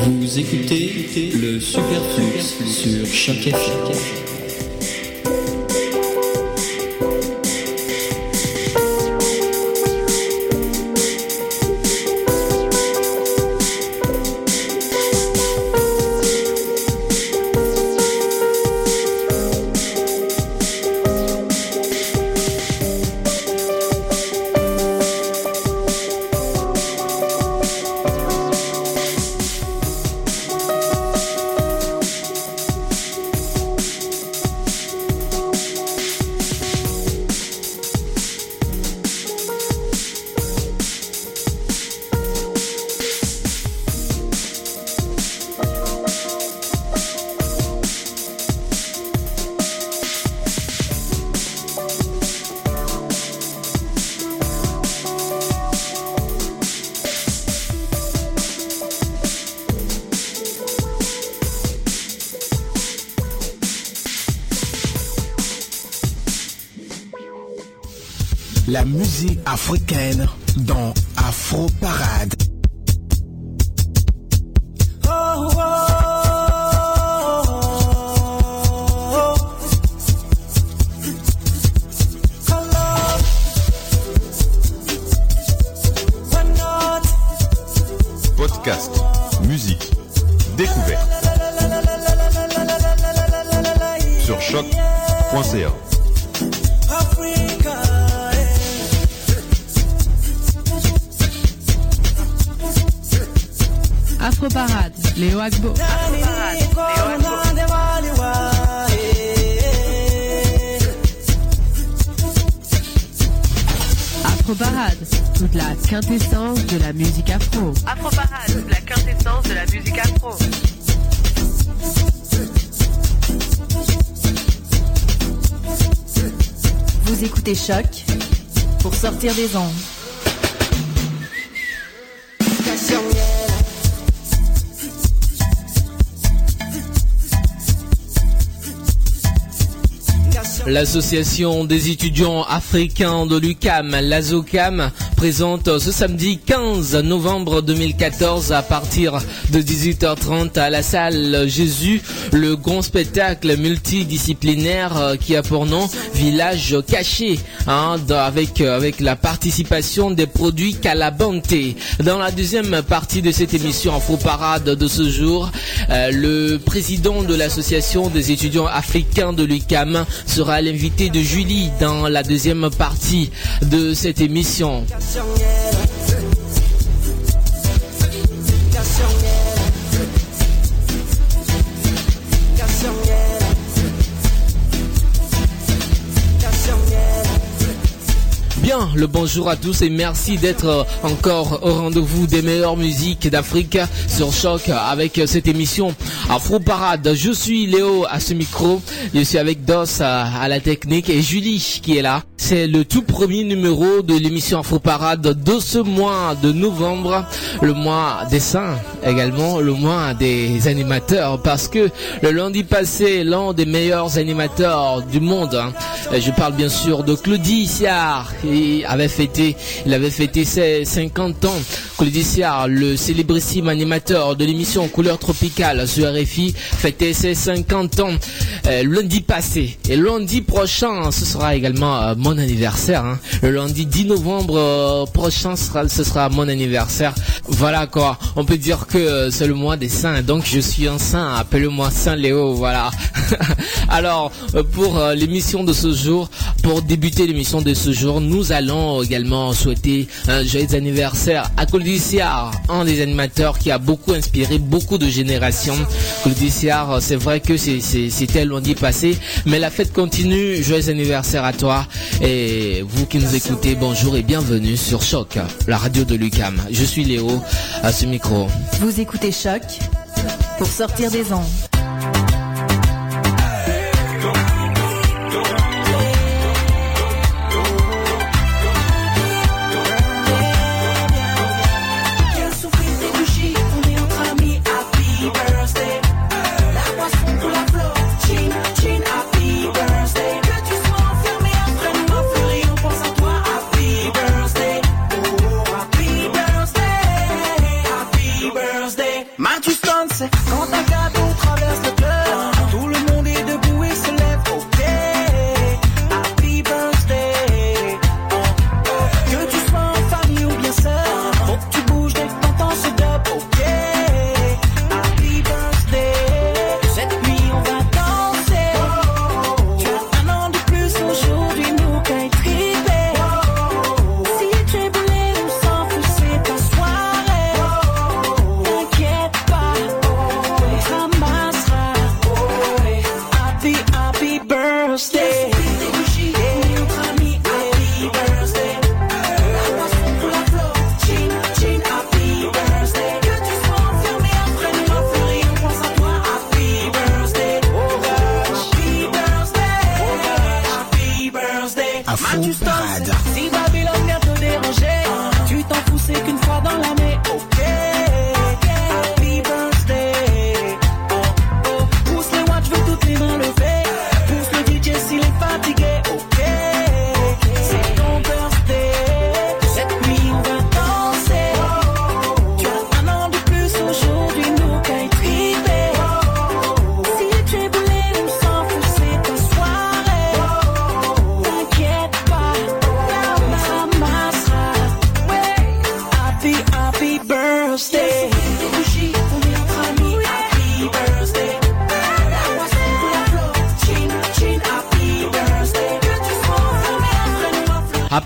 Vous écoutez le Superflux sur Choc FM. La musique africaine dans Afro Parade. Podcast, musique, découverte. Sur choc.ca. Afro Parade, Léo Agbo. Afro Parade, toute la quintessence de la musique afro. Afro Parade, la quintessence de la musique afro. Vous écoutez Choc pour sortir des ondes. L'association des étudiants africains de l'UQAM, l'ASOCAM, présente ce samedi 15 novembre 2014 à partir de 18h30 à la salle Jésus le grand spectacle multidisciplinaire qui a pour nom Village Caché, avec la participation des produits Calabante. Dans la deuxième partie de cette émission Afro Parade de ce jour, le président de l'association des étudiants africains de l'UQAM sera l'invité de Julie dans la deuxième partie de cette émission. Bien, le bonjour à tous et merci d'être encore au rendez-vous des meilleures musiques d'Afrique sur Choc avec cette émission Afro Parade. Je suis Léo à ce micro, je suis avec Dos à la technique et Julie qui est là. C'est le tout premier numéro de l'émission Afro Parade de ce mois de novembre, le mois des saints, également le mois des animateurs, parce que le lundi passé, l'un des meilleurs animateurs du monde, je parle bien sûr de Claudie Siard, il avait fêté ses 50 ans. Claudie Siard, le célébrissime animateur de l'émission Couleur Tropicale sur RFI, fêtait ses 50 ans lundi passé. Et lundi prochain, ce sera également mon anniversaire. Le lundi 10 novembre prochain, ce sera mon anniversaire. Voilà quoi, on peut dire que c'est le mois des saints, donc je suis un saint, appelez-moi Saint Léo, voilà. Alors, pour l'émission de ce jour, pour débuter l'émission de ce jour, nous allons également souhaiter un joyeux anniversaire à Claudie Siard, un des animateurs qui a beaucoup inspiré beaucoup de générations. Claudie Siard, c'est vrai que c'était lundi passé, mais la fête continue. Joyeux anniversaire à toi et vous qui nous écoutez, bonjour et bienvenue sur Choc, la radio de l'UQAM. Je suis Léo à ce micro. Vous écoutez Choc pour sortir des ondes. Man, tu stars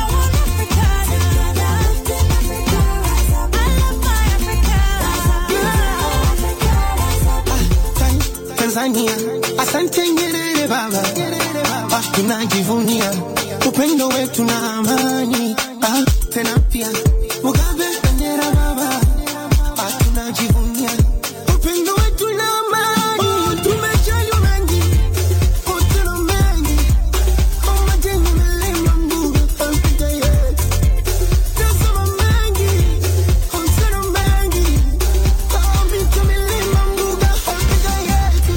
Tanzania, asante Nyerere baba, tunajivunia upendo wetu na amani, tena pia Mugabe bendera baba, tunajivunia upendo wetu na amani, tumejaliwa mengi, utano mengi, majengo milima mbuga, Afrika yetu, tazama mengi, utano mengi, mito milima mbuga, Afrika yetu.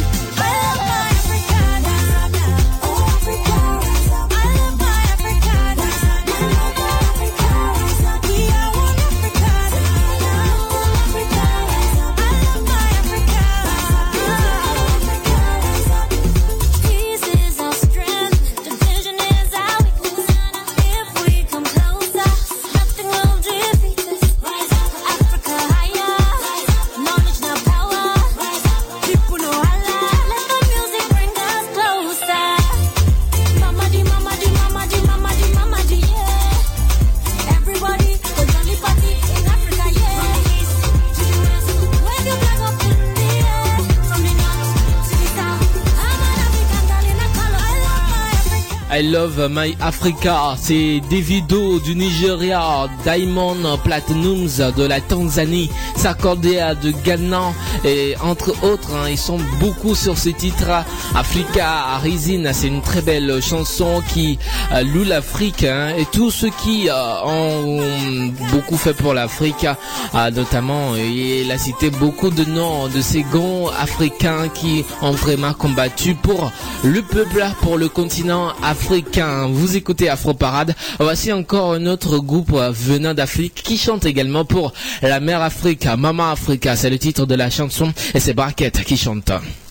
I Love My Africa. C'est Davido du Nigeria, Diamond Platinums de la Tanzanie, Sarkodie de Ghana et entre autres. Ils sont beaucoup sur ce titre. Africa Rising, c'est une très belle chanson qui loue l'Afrique et tous ceux qui ont beaucoup fait pour l'Afrique, notamment il a cité beaucoup de noms de ces grands africains qui ont vraiment combattu pour le peuple, pour le continent africain. Vous écoutez Afro Parade. Voici encore un autre groupe venant d'Afrique qui chante également pour la mère Afrique, Maman Africa. C'est le titre de la chanson et c'est Braquette qui chante.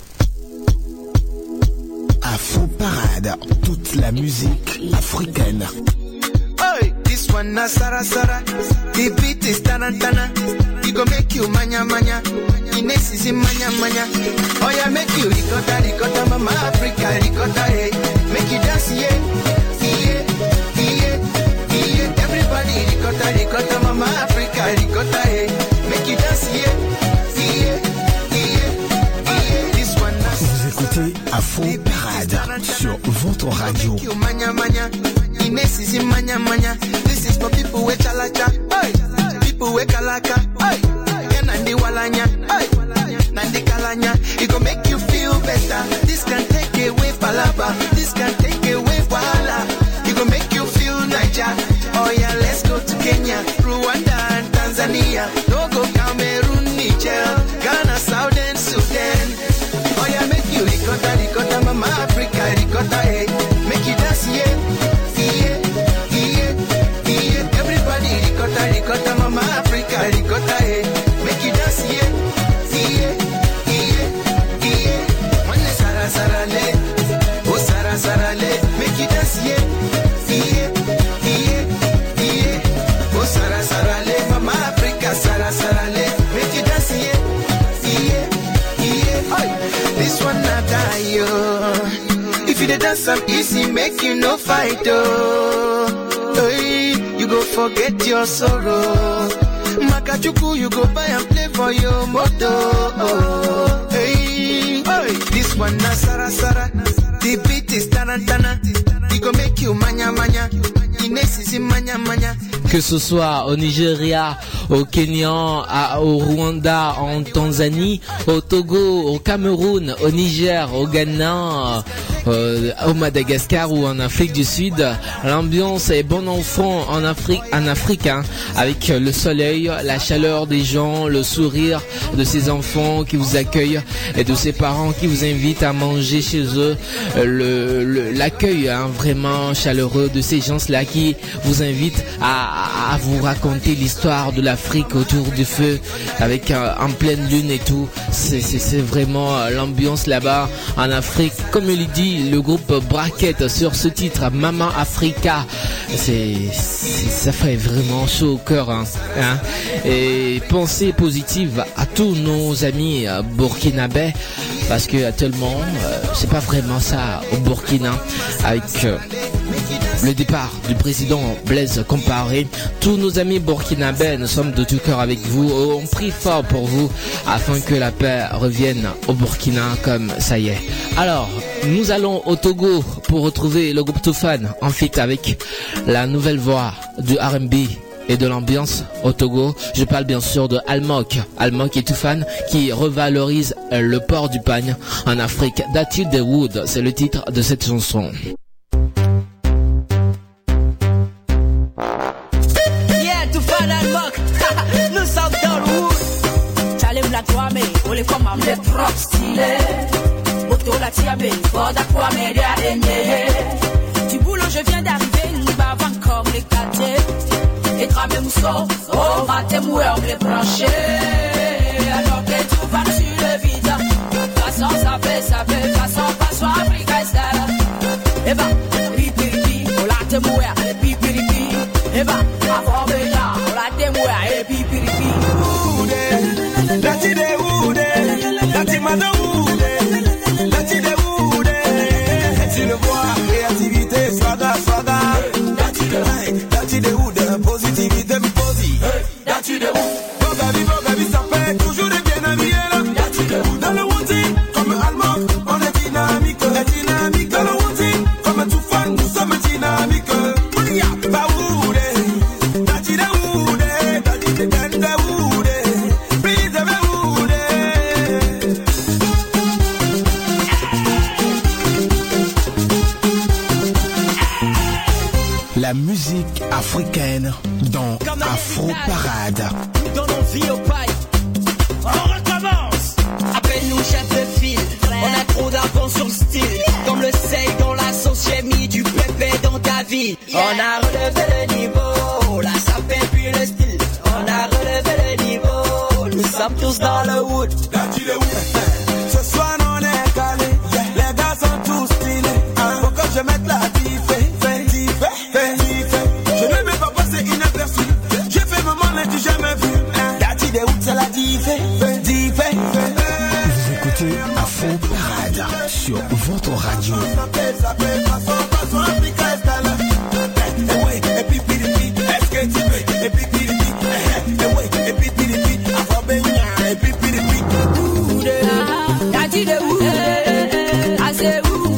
Afro Parade, toute la musique africaine. Hey, this one na Sara Sara. The beat is tarantana. It go make you manya manya. Ines is manya manya. Oh yeah, make you ricotta ricotta, Mama Africa ricotta. Hey, make you dance yeah, yeah, yeah, yeah. Everybody ricotta ricotta, Mama Africa ricotta. Hey, make you dance yeah, yeah, yeah, yeah. This one na. Vous écoutez Afro Parade sur votre radio. Manya manya. Ines is manya manya. This is for people with chalacha. Hey, people with kalaka. Hey, Nandi walanya. Hey, Nandi kalanya. It gon' make you feel better. This can take away palaba. This can take away wahala. It gon' make you feel Niger. Oh yeah, let's go to Kenya, Rwanda and Tanzania. No go Cameroon, Niger, Ghana, Southern Sudan. Oh yeah, make you ricotta ricotta, Mama Africa ricotta. Hey, make you dance yeah. Ricotta, Mama Africa, ricotta, hey. Make you dance, yeah, yeah, yeah, yeah. One Sara Sara le, oh Sara Sara le. Make you dance, yeah, yeah, yeah, yeah. Oh Sara Sara le, Mama Africa, Sara Sara le. Make you dance, yeah, yeah, yeah. Oh, this one not die, yo. If you dey dance up easy, make you no fight, oh. Hey. You go forget your sorrow. Makachuku, you go buy and play for your moto. Oh, hey, hey. This one na Sara Sara. The beat is tarantana. It go make you manya manya. Ines is manya manya. Que ce soit au Nigeria, au Kenya, au Rwanda, en Tanzanie, au Togo, au Cameroun, au Niger, au Ghana, au Madagascar ou en Afrique du Sud, l'ambiance est bon enfant en Afrique, hein, avec le soleil, la chaleur des gens, le sourire de ces enfants qui vous accueillent et de ces parents qui vous invitent à manger chez eux, l'accueil hein, vraiment chaleureux de ces gens-là qui vous invitent à vous raconter l'histoire de l'Afrique autour du feu avec en pleine lune et tout. C'est vraiment l'ambiance là-bas en Afrique. Comme il dit le groupe Braquette sur ce titre Maman Africa, ça fait vraiment chaud au cœur hein. Et pensée positive à tous nos amis burkinabés parce que actuellement c'est pas vraiment ça au Burkina avec le départ du président Blaise Compaoré. Tous nos amis burkinabés, nous sommes de tout cœur avec vous. On prie fort pour vous afin que la paix revienne au Burkina comme ça y est. Alors, nous allons au Togo pour retrouver le groupe Toufan en feat avec la nouvelle voix du R&B et de l'ambiance au Togo. Je parle bien sûr de Almok et Toufan qui revalorise le port du pagne en Afrique. Datil de Wood, c'est le titre de cette chanson. Nous sommes dans le wood. Chalem la Kwame, on les femmes les propres stylés. Moto la Tiabe, Borda Kwame, Dia du boulot, je viens d'arriver, nous bavons comme les quartiers. Et tramé mousseau, oh, raté mouer, on les brancher. Alors que tout va sur le vide. Façon, ça fait, façon, Africa est là. Et bah, pipi, on l'a te mouer, pipi, et bah, avant de là. Lati de Woode, Lati Mada Woode, Lati de Woode. Tu le vois, créativité, swaga. Lati de Woode, positivité, posi. Lati de Woode, Bogabi, ça fait toujours des bien amis là. Lati de Woode, dans le Woodi, comme Almok, on est dynamique. Dans le Woodi, comme Toufan, nous sommes. africaine dans Afro Parade. Donnons vie au paille. On recommence. Appelle-nous chef de file. On a trop d'avance sur le style. Comme le sel dans la sauce, j'ai mis du pépé dans ta vie. On a relevé le niveau. La sapin puis le style. On a relevé le niveau. Nous sommes tous dans le wood. Ce soir on est calé. Les gars sont tous stylés. Faut que je mette la je ne vais pas passer inaperçu. J'ai fait maman et tu jamais vu. Dati de oud c'est la diffé. Vous écoutez Afro Parade sur votre radio. Dati de oud, assez oud.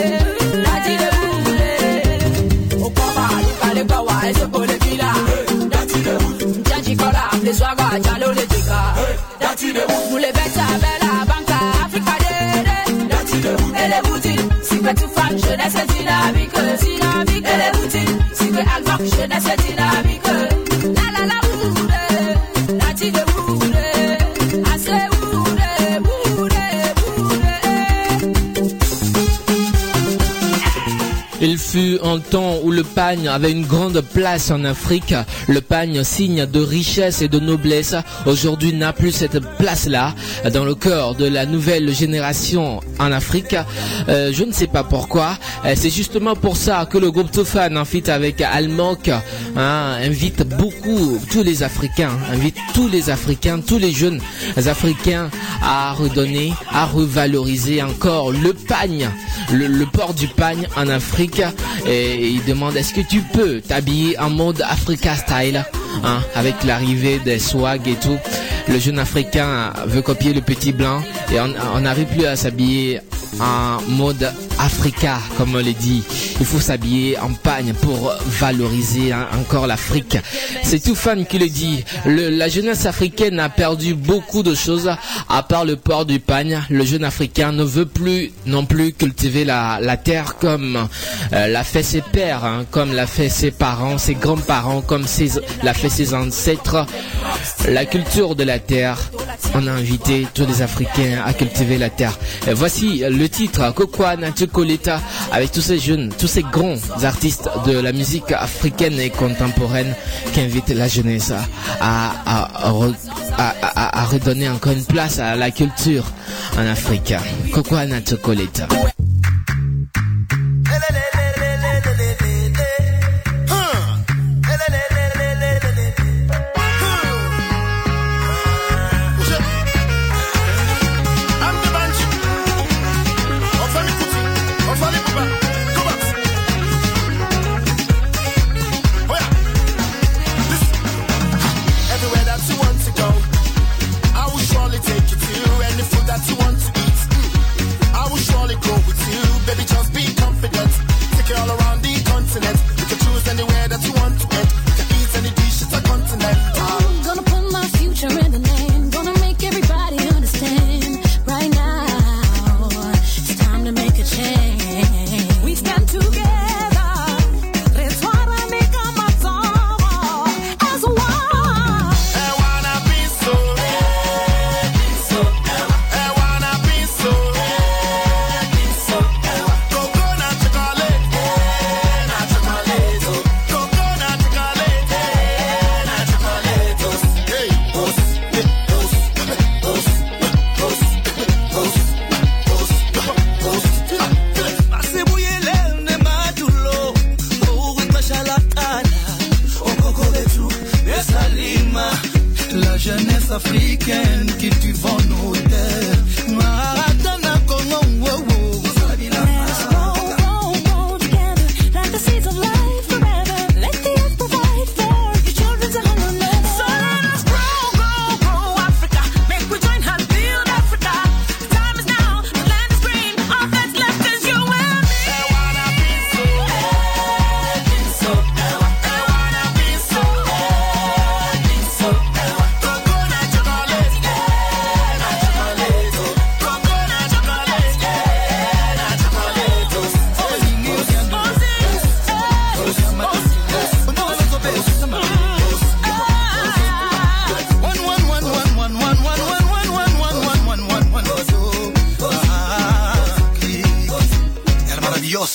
Les soirs, j'allais les dégâts. Vous les bêtes, la banque, Africa, et les boutiques. Si que tu femme, jeunesse est dynamique. Et les boutiques, si que Alpha, jeunesse est dynamique. La, oude, Nati de oude, assez oude. Il fut un temps où le pagne avait une grande place en Afrique. Le pagne, signe de richesse et de noblesse, aujourd'hui n'a plus cette place-là dans le cœur de la nouvelle génération en Afrique. Je ne sais pas pourquoi. C'est justement pour ça que le groupe Toufan, en feat avec Almok, invite beaucoup tous les Africains, tous les jeunes Africains à redonner, à revaloriser encore le pagne, le port du pagne en Afrique. Et il demande est-ce que tu peux t'habiller en mode Africa Style, avec l'arrivée des swag et tout. Le jeune Africain veut copier le petit blanc et on n'arrive plus à s'habiller en mode Africa, comme on le dit. Il faut s'habiller en pagne pour valoriser encore l'Afrique. C'est Toufan qui le dit. La jeunesse africaine a perdu beaucoup de choses à part le port du pagne. Le jeune africain ne veut plus non plus cultiver la terre comme l'a fait ses pères, comme l'a fait ses parents, ses grands-parents, comme l'a fait ses ancêtres. La culture de la terre, on a invité tous les Africains à cultiver la terre. Et voici le titre Kokwana Chocolata avec tous ces jeunes, tous ces grands artistes de la musique africaine et contemporaine qui invitent la jeunesse à redonner encore une place à la culture en Afrique. Kokwana Chocolata.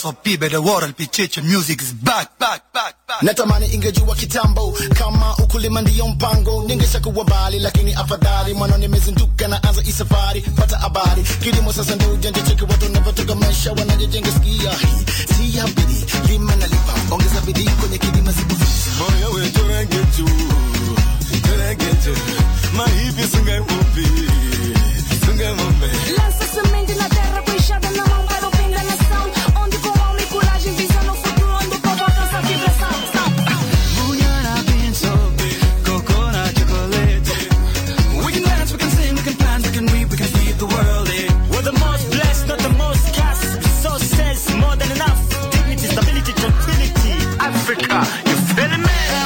so pibe the world picheche music is back. Natamani ingejua kitambo kama ukulima ndiyo mpango, ningeshakuwa mbali lakini afadhali mwana nimezinduka na anza isafari. Pata habari kilimo sasa ndio ujanja, cheki watu wanavyotoka maisha wanajenga skia hii si ya bidii, lima na lipa ongeza bidii kwenye kilimo siku moyo wetu rengetu mahivi sungai mupi sungai mumbe lança semente na terra com enxada na mão para o fim da nação, onde com alma e coragem visa no futuro, onde o povo alcança a vibração. Bunyana pinso, coconut chocolate. We can dance, we can sing, we can plant, we can reap, we can feed the world. We're the most blessed, not the most cast. Success, more than enough. Dignity, stability, tranquility. Africa, you feeling me?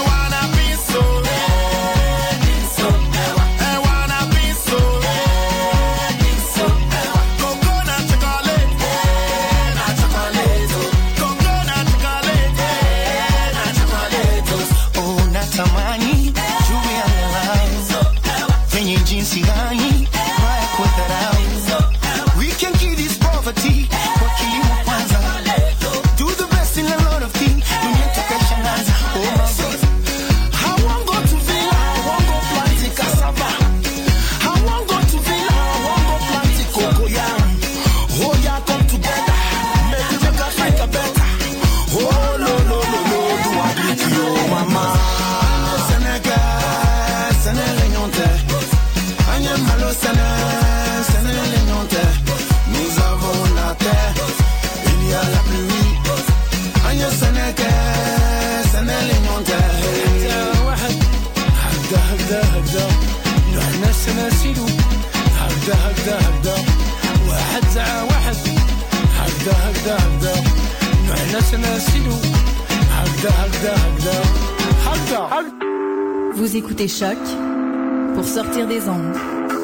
Vous écoutez Choc pour sortir des ondes.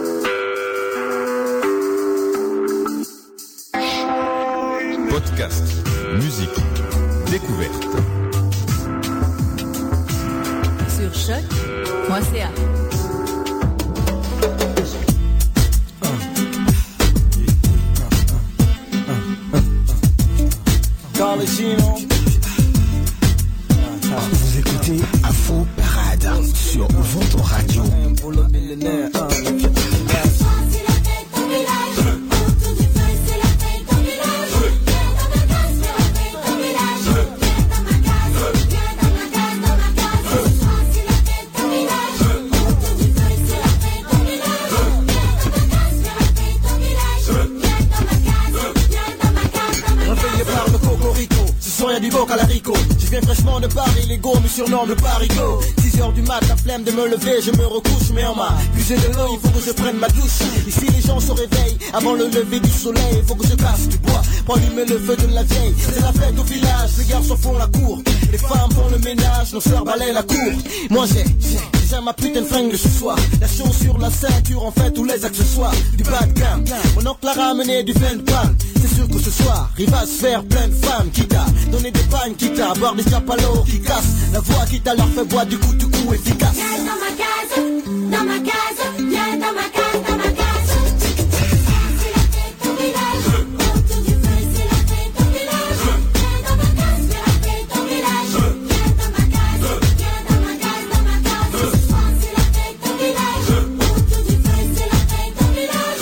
Podcast, musique, découverte. Sur choc.ca. Vous écoutez Afro Parade sur votre radio. Je viens fraîchement de Paris, les go me surnomme le parigo. 6h du mat, la flemme de me lever, je me recouche. Mais on m'a puisé de l'eau, il faut que je prenne ma douche. Ici les gens se réveillent avant le lever du soleil. Il faut que je casse du bois pour allumer le feu de la vieille. C'est la fête au village, les garçons font la cour, les femmes font le ménage, nos sœurs balayent la cour. Moi j'ai déjà ma putain de fringue de ce soir. La chose sur la ceinture, en fait tous les accessoires du bad gang. Mon oncle a ramené du vin de panne. C'est sûr que ce soir, il va se faire plein de femmes. Quitte à donner des pagnes, quitte à boire des chapalos qui cassent la voix, quitte à leur faire boire du coup efficace. Viens dans ma case, dans ma case, viens dans ma case, dans ma case. C'est la fête au village, autour du feu, c'est la fête au village. Viens dans ma case, c'est la fête au village. Viens dans ma case, viens dans ma case, dans ma case. Ce soir c'est la fête au village, autour du feu, c'est la fête au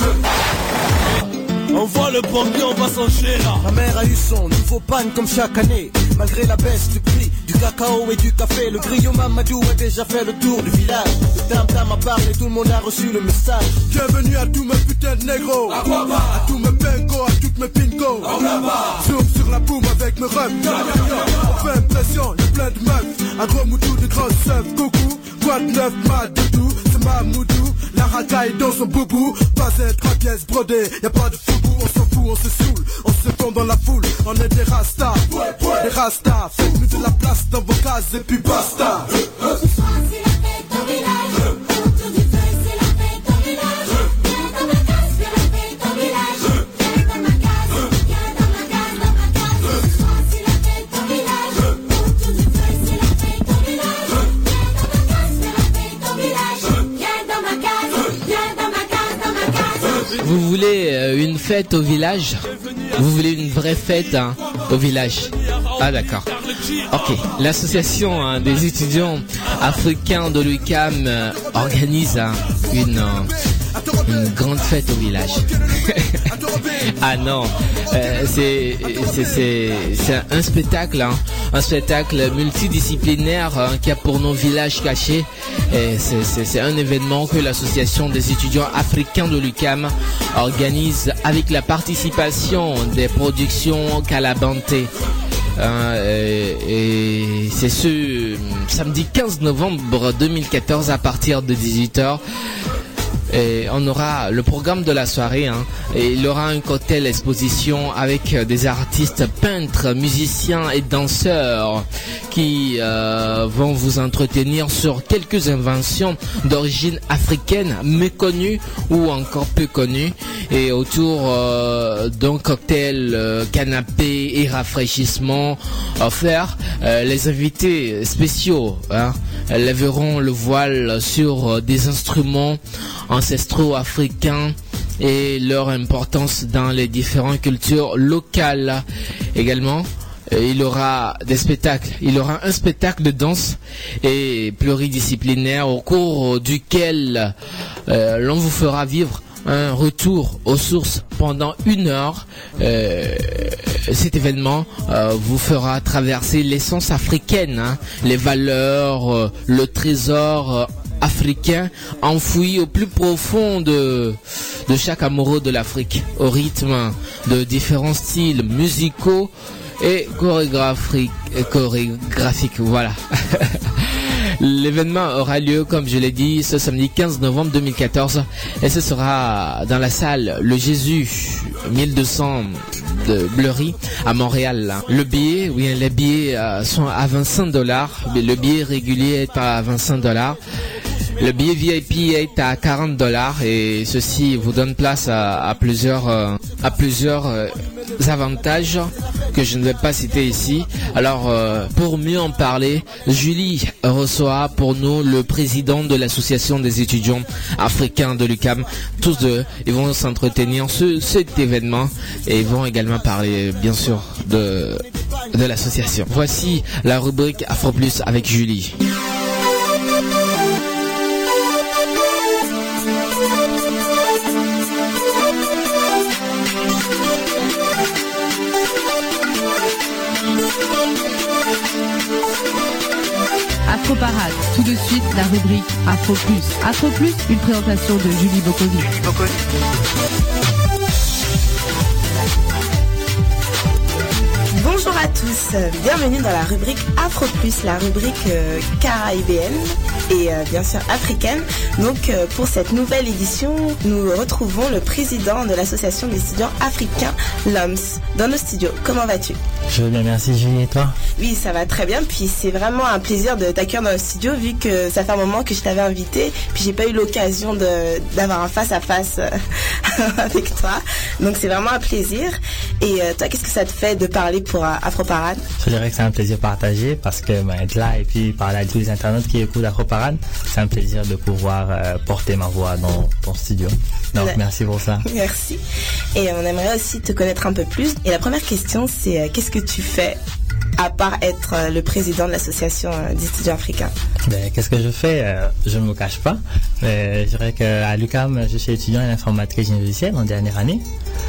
village. On voit le banquier, on va s'enchaîner là. Ma mère a eu son nouveau panne comme chaque année. Malgré la baisse du prix du cacao et du café, le griot Mamadou a déjà fait le tour du village. Le tam-tam a parlé, tout le monde a reçu le message. Bienvenue à tous mes putains de négros, à tous mes bengos, à toutes mes pingos. Zoom sur la boum avec mes refs. On fait impression, y'a plein de meufs. Un gros moutou de grosses seufs. Coucou, quoi de neuf, ma doudou. C'est ma moudou, la racaille dans son boubou. Basé, 3 pièces brodées, y'a pas de foubou. On s'en fout, on se saoule, on se tombe dans la foule. On est des rastas, des rastas. Faites-nous de la place dans vos cases et puis basta. Ce soir c'est la fête au village, autour du feu c'est la fête au village. Viens dans ma case, c'est la fête au village. Viens dans ma case, viens dans ma case, dans ma case. Ce soir c'est la fête au village, autour du feu c'est la fête au village. Viens dans ma case, c'est la fête au village. Viens dans ma case, viens dans ma case, dans ma case. Vous voulez une fête au village? Vous voulez une vraie fête, hein? Au village. Ah d'accord. Ok. L'association des étudiants africains de l'UQAM organise une grande fête au village. Ah non, c'est un spectacle, un spectacle multidisciplinaire qui a pour nom Village Caché. C'est un événement que l'association des étudiants africains de l'UQAM organise avec la participation des productions Calabanté. Et c'est ce samedi 15 novembre 2014 à partir de 18h. Et on aura le programme de la soirée, et il y aura un cocktail exposition avec des artistes, peintres, musiciens et danseurs qui vont vous entretenir sur quelques inventions d'origine africaine méconnues ou encore peu connues, et autour d'un cocktail, canapé et rafraîchissement offert. Les invités spéciaux lèveront le voile sur des instruments ancestraux africains et leur importance dans les différentes cultures locales. Également, il y aura des spectacles. Il y aura un spectacle de danse et pluridisciplinaire au cours duquel l'on vous fera vivre un retour aux sources pendant 1 heure. Cet événement vous fera traverser l'essence africaine, les valeurs, le trésor africain enfoui au plus profond de chaque amoureux de l'Afrique, au rythme de différents styles musicaux et chorégraphiques. Voilà. L'événement aura lieu, comme je l'ai dit, ce samedi 15 novembre 2014 et ce sera dans la salle Le Jésus 1200 de Bleury à Montréal. Le billet, les billets sont à $25, mais le billet régulier est à $25. Le billet VIP est à $40 et ceci vous donne place à plusieurs avantages que je ne vais pas citer ici. Alors, pour mieux en parler, Julie reçoit pour nous le président de l'association des étudiants africains de l'UQAM. Tous deux, ils vont s'entretenir sur cet événement et ils vont également parler, bien sûr, de l'association. Voici la rubrique Afro Plus avec Julie. Afro Parade, tout de suite la rubrique Afro Plus. Afro Plus, une présentation de Julie Bokovi. Bonjour à tous, bienvenue dans la rubrique Afro Plus, la rubrique caribéenne et bien sûr africaine. Donc pour cette nouvelle édition, nous retrouvons le président de l'association des étudiants africains, l'OMS, dans nos studios. Comment vas-tu? Je vais bien, merci Julie, et toi? Oui, ça va très bien, puis c'est vraiment un plaisir de t'accueillir dans le studio vu que ça fait un moment que je t'avais invité, puis j'ai pas eu l'occasion d'avoir un face-à-face avec toi. Donc c'est vraiment un plaisir. Et toi, qu'est-ce que ça te fait de parler pour Afro Parade? Je dirais que c'est un plaisir partagé parce que être là et puis parler à tous les internautes qui écoutent Afro Parade, c'est un plaisir de pouvoir porter ma voix dans ton studio. Donc merci pour ça. Merci. Et on aimerait aussi te connaître un peu plus. Et la première question, c'est qu'est-ce que tu fais à part être le président de l'association des étudiants africains? Qu'est-ce que je fais? Je ne me cache pas. Je dirais qu'à l'UQAM, je suis étudiant en informatique et génie logiciel en dernière année.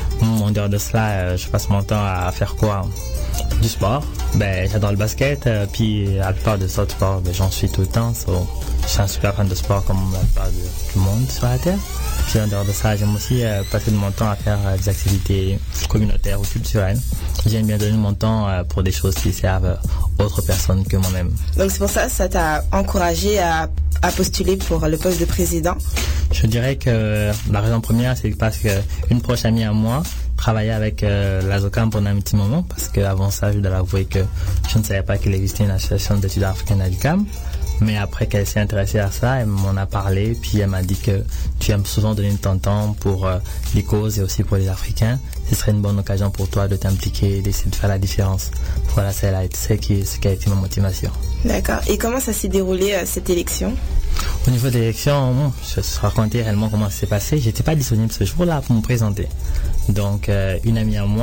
En dehors de cela, je passe mon temps à faire quoi? Du sport. J'adore le basket, puis la plupart des autres sports, j'en suis tout le temps. Je suis un super fan de sport comme la plupart de tout le monde sur la Terre. Puis en dehors de ça, j'aime aussi passer de mon temps à faire des activités communautaires ou culturelles. J'aime bien donner mon temps pour des choses qui servent autres personnes que moi-même. Donc c'est pour ça t'a encouragé à postuler pour le poste de président? Je dirais que la raison première, c'est parce qu'une proche amie à moi travaillait avec l'ASOCAM pendant un petit moment, parce qu'avant ça, je dois l'avouer que je ne savais pas qu'il existait une association d'études africaines à l'UQAM. Mais après qu'elle s'est intéressée à ça, elle m'en a parlé, puis elle m'a dit que tu aimes souvent donner ton temps pour les causes et aussi pour les Africains. Ce serait une bonne occasion pour toi de t'impliquer et d'essayer de faire la différence. Voilà, c'est ce qui a été ma motivation. D'accord. Et comment ça s'est déroulé cette élection? Au niveau de l'élection, je vais te raconter réellement comment ça s'est passé. J'étais pas disponible ce jour-là pour me présenter. Donc, une amie à moi,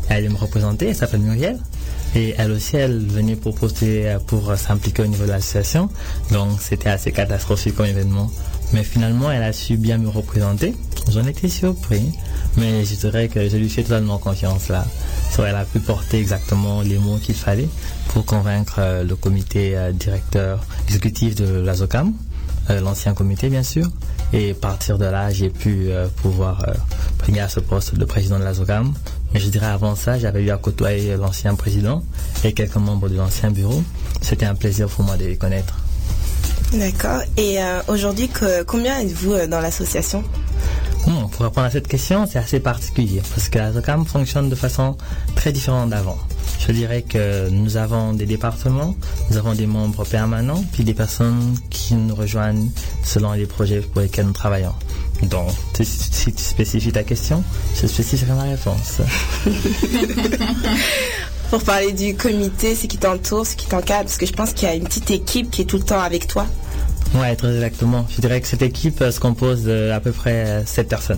Elle allait me représenter, elle s'appelle Muriel. Et elle aussi, elle venait pour s'impliquer au niveau de l'association. Donc c'était assez catastrophique comme événement. Mais finalement, elle a su bien me représenter. J'en étais surpris. Mais je dirais que je lui fais totalement confiance là. Elle a pu porter exactement les mots qu'il fallait pour convaincre le comité directeur exécutif de l'ASOCAM, l'ancien comité bien sûr. Et à partir de là, j'ai pu pouvoir briguer à ce poste de président de l'ASOCAM. Mais je dirais avant ça, j'avais eu à côtoyer l'ancien président et quelques membres de l'ancien bureau. C'était un plaisir pour moi de les connaître. D'accord. Et aujourd'hui, combien êtes-vous dans l'association ? Pour répondre à cette question, c'est assez particulier parce que l'ASOCAM fonctionne de façon très différente d'avant. Je dirais que nous avons des départements, nous avons des membres permanents, puis des personnes qui nous rejoignent selon les projets pour lesquels nous travaillons. Donc, si tu spécifies ta question, je spécifierai ma réponse. Pour parler du comité, ce qui t'entoure, ce qui t'encadre, parce que je pense qu'il y a une petite équipe qui est tout le temps avec toi. Ouais, très exactement. Je dirais que cette équipe se compose d'à peu près 7 personnes.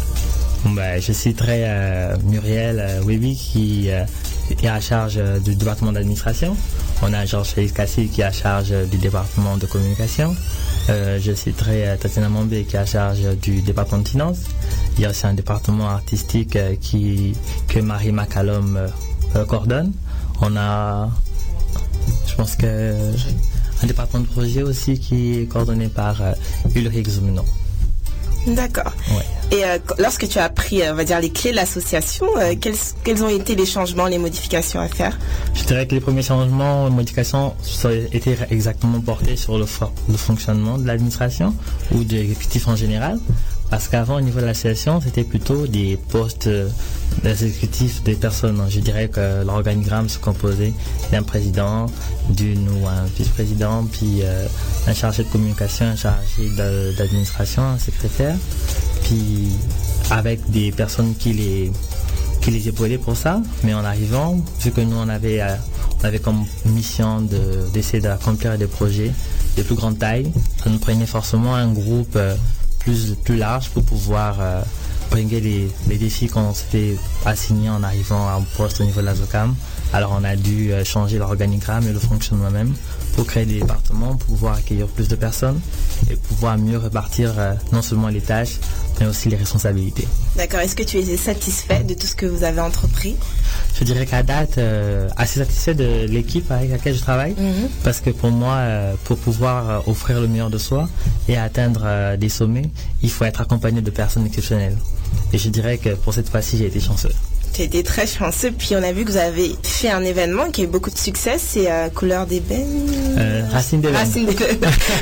Je citerai Muriel Webi qui est à charge du département d'administration. On a Georges Félix Cassi qui est à charge du département de communication. Je citerai Tatiana Mambé qui est à charge du département de finances. Il y a aussi un département artistique que Marie Macalom coordonne. On a, je pense que un département de projet aussi qui est coordonné par Ulrich Zumino. D'accord. Ouais. Et lorsque tu as pris, on va dire, les clés de l'association, quels ont été les changements, les modifications à faire ? Je dirais que les premiers changements, modifications étaient exactement portés sur le fonctionnement de l'administration ou de l'exécutif en général. Parce qu'avant, au niveau de l'association, c'était plutôt des postes d'exécutifs des personnes. Je dirais que l'organigramme se composait d'un président, d'une ou un vice-président, puis un chargé de communication, un chargé d'administration, un secrétaire, puis avec des personnes qui les épaulaient pour ça. Mais en arrivant, vu que nous, on avait comme mission d'essayer d'accomplir des projets de plus grande taille, ça nous prenait forcément un groupe plus large pour pouvoir briguer les défis qu'on s'était assignés en arrivant à un poste au niveau de l'ASOCAM. Alors on a dû changer l'organigramme et le fonctionnement même pour créer des départements, pour pouvoir accueillir plus de personnes et pouvoir mieux répartir non seulement les tâches mais aussi les responsabilités. D'accord. Est-ce que tu es satisfait de tout ce que vous avez entrepris ? Je dirais qu'à date, assez satisfait de l'équipe avec laquelle je travaille, parce que pour moi, pour pouvoir offrir le meilleur de soi et atteindre des sommets, il faut être accompagné de personnes exceptionnelles. Et je dirais que pour cette fois-ci, j'ai été chanceux. Tu as été très chanceux, puis on a vu que vous avez fait un événement qui a eu beaucoup de succès, c'est Couleur d'ébène. Racine d'ébène. Racine d'ébène.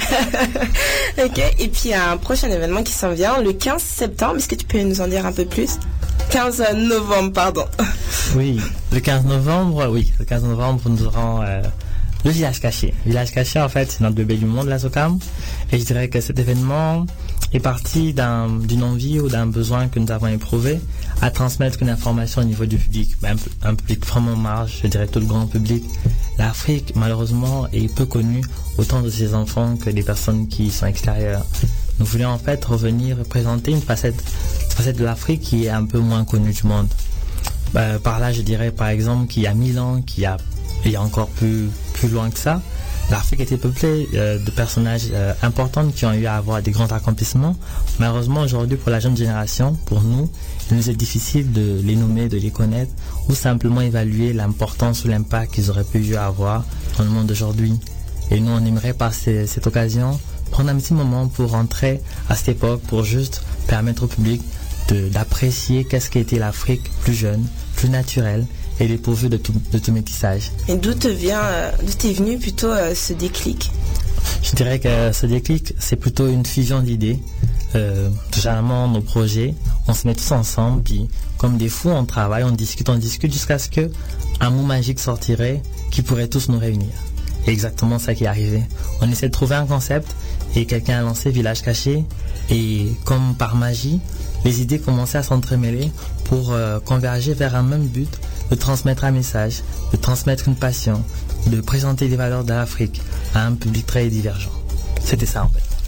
Ok, et puis il y a un prochain événement qui s'en vient, le 15 septembre, est-ce que tu peux nous en dire un peu plus ? 15 novembre, pardon. Oui, le 15 novembre, nous aurons le village caché. Le village caché, en fait, c'est notre bébé du monde, l'ASOCAM. Et je dirais que cet événement est parti d'une envie ou d'un besoin que nous avons éprouvé à transmettre une information au niveau du public. Un public vraiment large, je dirais tout le grand public. L'Afrique, malheureusement, est peu connue, autant de ses enfants que des personnes qui sont extérieures. Nous voulions en fait revenir présenter une facette de l'Afrique qui est un peu moins connue du monde. Par là, je dirais par exemple qu'il y a 1000 ans, il y a encore plus loin que ça, l'Afrique était peuplée de personnages importants qui ont eu à avoir des grands accomplissements. Malheureusement, aujourd'hui, pour la jeune génération, pour nous, il nous est difficile de les nommer, de les connaître, ou simplement évaluer l'importance ou l'impact qu'ils auraient pu avoir dans le monde d'aujourd'hui. Et nous, on aimerait par cette occasion prendre un petit moment pour rentrer à cette époque, pour juste permettre au public d'apprécier qu'est-ce qu'était l'Afrique plus jeune, plus naturelle et dépourvue de tout métissage. Et d'où t'es venu plutôt ce déclic ? Je dirais que ce déclic, c'est plutôt une fusion d'idées. Généralement, nos projets, on se met tous ensemble, puis comme des fous, on travaille, on discute jusqu'à ce qu'un mot magique sortirait qui pourrait tous nous réunir. Et exactement ça qui est arrivé. On essaie de trouver un concept et quelqu'un a lancé Village Caché et comme par magie, les idées commençaient à s'entremêler pour converger vers un même but, de transmettre un message, de transmettre une passion, de présenter les valeurs de l'Afrique à un public très divergent. C'était ça en fait.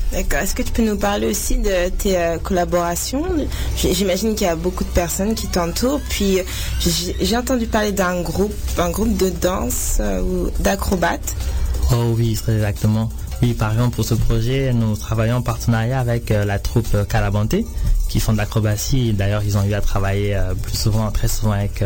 D'accord. Est-ce que tu peux nous parler aussi de tes collaborations? J'imagine qu'il y a beaucoup de personnes qui t'entourent. Puis j'ai entendu parler d'un groupe de danse ou d'acrobates. Oh oui, très exactement. Oui, par exemple, pour ce projet, nous travaillons en partenariat avec la troupe Calabanté, qui font de l'acrobatie. D'ailleurs, ils ont eu à travailler très souvent avec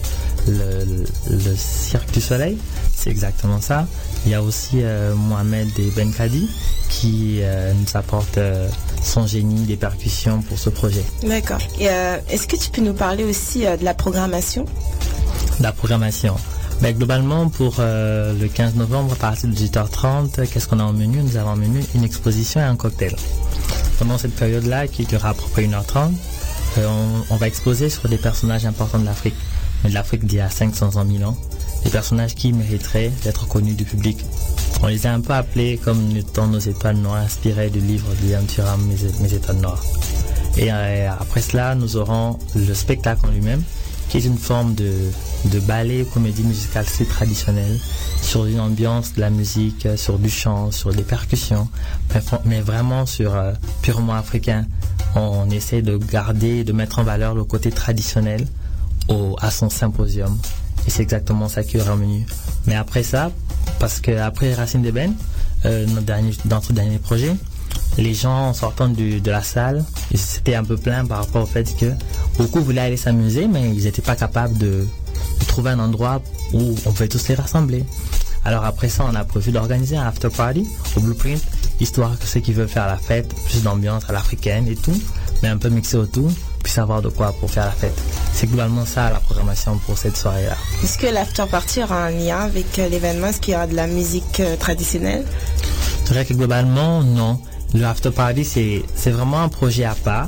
le Cirque du Soleil. C'est exactement ça. Il y a aussi Mohamed et Ben Kadi qui nous apporte son génie des percussions pour ce projet. D'accord. Et est-ce que tu peux nous parler aussi de la programmation? La programmation. Ben, globalement, pour le 15 novembre, à partir de 18h30, qu'est-ce qu'on a en menu? Nous avons en menu une exposition et un cocktail. Pendant cette période-là, qui durera à peu près 1h30, on va exposer sur des personnages importants de l'Afrique. Mais de l'Afrique d'il y a 500 ans, 1000 ans. Des personnages qui mériteraient d'être connus du public. On les a un peu appelés comme étant nos étoiles noires, inspirées du livre de William Thuram, Mes étoiles noires. Et après cela, nous aurons le spectacle en lui-même, qui est une forme de ballet, comédie musicale assez traditionnelle, sur une ambiance de la musique, sur du chant, sur des percussions, mais vraiment sur purement africain. On essaie de garder, de mettre en valeur le côté traditionnel à son symposium. Et c'est exactement ça qui est revenu. Mais après ça, parce qu'après Racine d'Ébène, notre dernier projet, les gens en sortant de la salle, c'était un peu plein par rapport au fait que beaucoup voulaient aller s'amuser, mais ils n'étaient pas capables de trouver un endroit où on pouvait tous les rassembler. Alors après ça, on a prévu d'organiser un after party au Blueprint, histoire que ceux qui veulent faire la fête, plus d'ambiance à l'africaine et tout, mais un peu mixé autour, puissent avoir de quoi pour faire la fête. C'est globalement ça la programmation pour cette soirée-là. Est-ce que l'after party aura un lien avec l'événement? Est-ce qu'il y aura de la musique traditionnelle? C'est vrai que globalement, non. Le after party, c'est vraiment un projet à part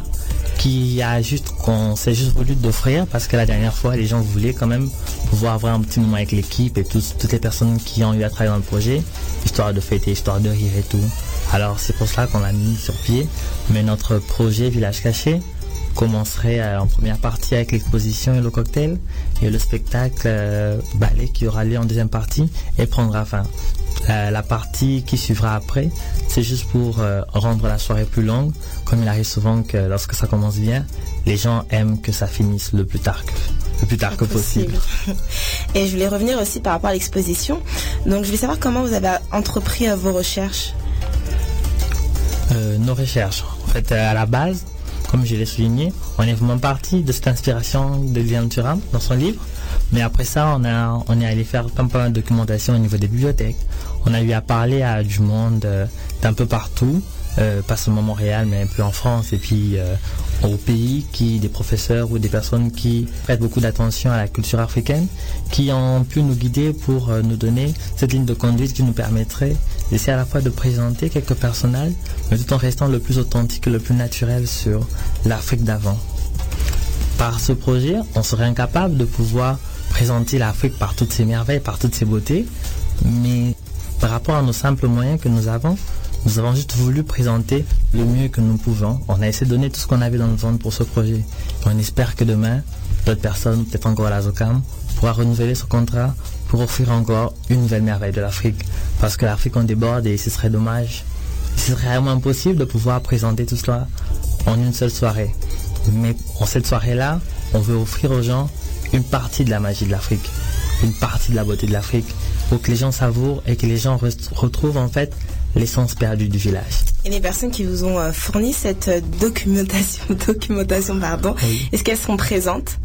qu'on s'est juste voulu d'offrir parce que la dernière fois, les gens voulaient quand même pouvoir avoir un petit moment avec l'équipe et toutes les personnes qui ont eu à travailler dans le projet, histoire de fêter, histoire de rire et tout. Alors c'est pour cela qu'on l'a mis sur pied. Mais notre projet Village Caché commencerait en première partie avec l'exposition et le cocktail, et le spectacle ballet qui aura lieu en deuxième partie et prendra fin. La partie qui suivra après, c'est juste pour rendre la soirée plus longue, comme il arrive souvent que lorsque ça commence bien, les gens aiment que ça finisse le plus tard que possible. Et je voulais revenir aussi par rapport à l'exposition. Donc je voulais savoir comment vous avez entrepris vos recherches. Nos recherches, en fait, à la base, comme je l'ai souligné, on est vraiment parti de cette inspiration de William Thuram dans son livre. Mais après ça, on est allé faire pas mal de documentation au niveau des bibliothèques. On a eu à parler à du monde d'un peu partout, pas seulement Montréal, mais un peu en France et puis au pays, des professeurs ou des personnes qui prêtent beaucoup d'attention à la culture africaine, qui ont pu nous guider pour nous donner cette ligne de conduite qui nous permettrait d'essayer à la fois de présenter quelques personnages, mais tout en restant le plus authentique et le plus naturel sur l'Afrique d'avant. Par ce projet, on serait incapable de pouvoir présenter l'Afrique par toutes ses merveilles, par toutes ses beautés, mais par rapport à nos simples moyens que nous avons juste voulu présenter le mieux que nous pouvons. On a essayé de donner tout ce qu'on avait dans le ventre pour ce projet. Et on espère que demain, d'autres personnes, peut-être encore la ZOCAM, pourra renouveler ce contrat pour offrir encore une nouvelle merveille de l'Afrique. Parce que l'Afrique en déborde et ce serait dommage. Ce serait vraiment impossible de pouvoir présenter tout cela en une seule soirée. Mais en cette soirée-là, on veut offrir aux gens une partie de la magie de l'Afrique, une partie de la beauté de l'Afrique, pour que les gens savourent et que les gens retrouvent en fait l'essence perdue du village. Et les personnes qui vous ont fourni cette documentation, oui. Est-ce qu'elles sont présentes?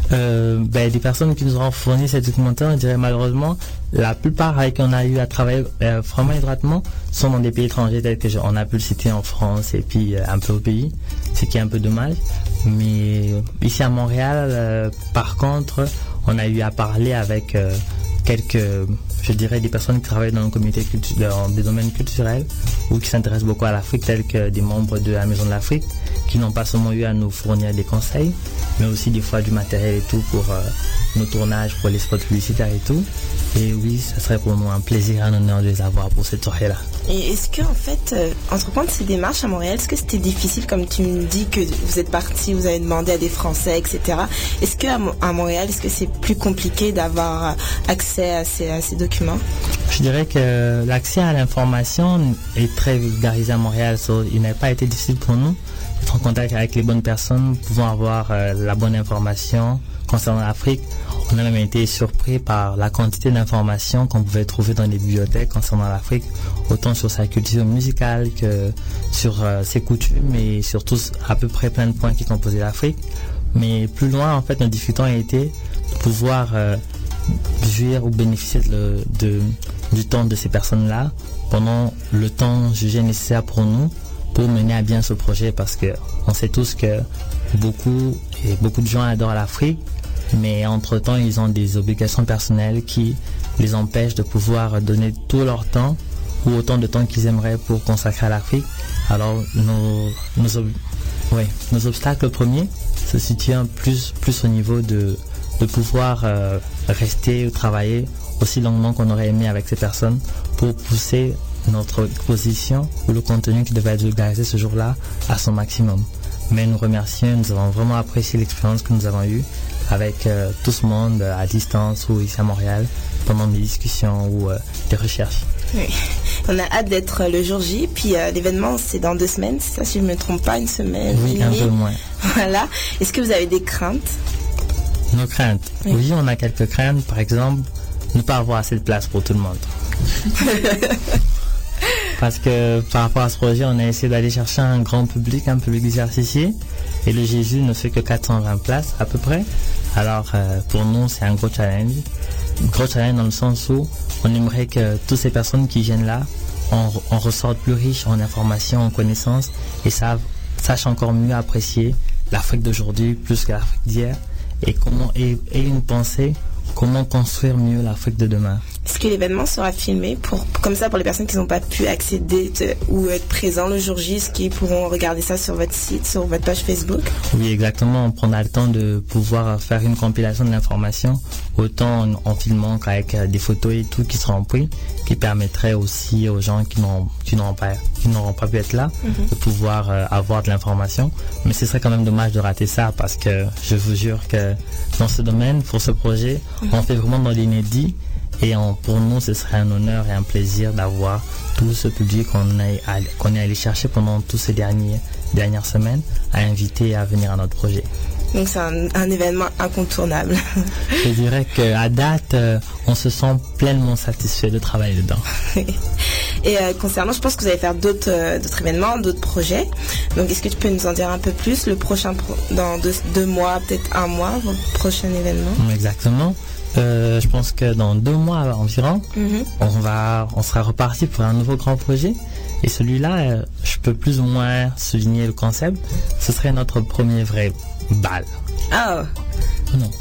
Des personnes qui nous ont fourni cette documentation, je dirais malheureusement, la plupart avec qui on a eu à travailler vraiment étroitement sont dans des pays étrangers tels que on a pu le citer en France et puis un peu au pays, ce qui est un peu dommage. Mais ici à Montréal, par contre, on a eu à parler avec quelques, je dirais, des personnes qui travaillent dans le comité dans des domaines culturels ou qui s'intéressent beaucoup à l'Afrique, tels que des membres de la Maison de l'Afrique, qui n'ont pas seulement eu à nous fournir des conseils, mais aussi des fois du matériel et tout pour nos tournages, pour les spots publicitaires et tout. Et oui, ça serait pour nous un plaisir et un honneur de les avoir pour cette soirée-là. Et est-ce que, en fait, entreprendre ces démarches à Montréal, est-ce que c'était difficile, comme tu me dis que vous êtes parti, vous avez demandé à des Français, etc. Est-ce qu'à Montréal, est-ce que c'est plus compliqué d'avoir accès à ces document? Je dirais que l'accès à l'information est très vulgarisé à Montréal. Il n'a pas été difficile pour nous d'être en contact avec les bonnes personnes, pouvant avoir la bonne information concernant l'Afrique. On a même été surpris par la quantité d'informations qu'on pouvait trouver dans les bibliothèques concernant l'Afrique, autant sur sa culture musicale que sur ses coutumes et surtout à peu près plein de points qui composaient l'Afrique. Mais plus loin, en fait, notre difficulté a été de pouvoir jouir ou bénéficier du temps de ces personnes-là pendant le temps jugé nécessaire pour nous pour mener à bien ce projet, parce que on sait tous que beaucoup de gens adorent l'Afrique, mais entre-temps, ils ont des obligations personnelles qui les empêchent de pouvoir donner tout leur temps ou autant de temps qu'ils aimeraient pour consacrer à l'Afrique. Alors, nos obstacles premiers se situent plus au niveau de pouvoir rester ou travailler aussi longuement qu'on aurait aimé avec ces personnes pour pousser notre exposition ou le contenu qui devait être vulgarisé ce jour-là à son maximum. Mais nous remercions, nous avons vraiment apprécié l'expérience que nous avons eue avec tout ce monde à distance ou ici à Montréal pendant des discussions ou des recherches. Oui. On a hâte d'être le jour J, puis l'événement c'est dans 2 semaines, c'est ça si je ne me trompe pas, 1 semaine? Oui, un peu moins. Voilà. Est-ce que vous avez des craintes? Nos craintes? Oui, on a quelques craintes. Par exemple, ne pas avoir assez de place pour tout le monde. Parce que par rapport à ce projet, on a essayé d'aller chercher un grand public, un public diversifié, et le Jésus ne fait que 420 places à peu près. Alors pour nous, c'est un gros challenge. Gros challenge dans le sens où on aimerait que toutes ces personnes qui viennent là en ressortent plus riches en informations, en connaissances, et sachent encore mieux apprécier l'Afrique d'aujourd'hui plus que l'Afrique d'hier, et une pensée comment construire mieux l'Afrique de demain. Est-ce que l'événement sera filmé comme ça pour les personnes qui n'ont pas pu accéder ou être présents le jour J, est-ce qu'ils pourront regarder ça sur votre site, sur votre page Facebook? Oui, exactement. On prendra le temps de pouvoir faire une compilation de l'information, autant en filmant qu'avec des photos et tout qui seront prises, qui permettrait aussi aux gens qui n'auront pas pu être là de pouvoir avoir de l'information. Mais ce serait quand même dommage de rater ça, parce que je vous jure que dans ce domaine, pour ce projet, on fait vraiment dans l'inédit. Et pour nous, ce serait un honneur et un plaisir d'avoir tout ce public qu'on est allé chercher pendant toutes ces dernières semaines à inviter à venir à notre projet. Donc c'est un événement incontournable. Je dirais qu'à date, on se sent pleinement satisfait de travailler dedans. Et concernant, je pense que vous allez faire d'autres événements, d'autres projets. Donc est-ce que tu peux nous en dire un peu plus? Le prochain, dans 2 mois, peut-être 1 mois, votre prochain événement? Exactement. Je pense que dans 2 mois environ, on sera reparti pour un nouveau grand projet. Et celui-là, je peux plus ou moins souligner le concept. Ce serait notre premier vrai bal. Ah. Non.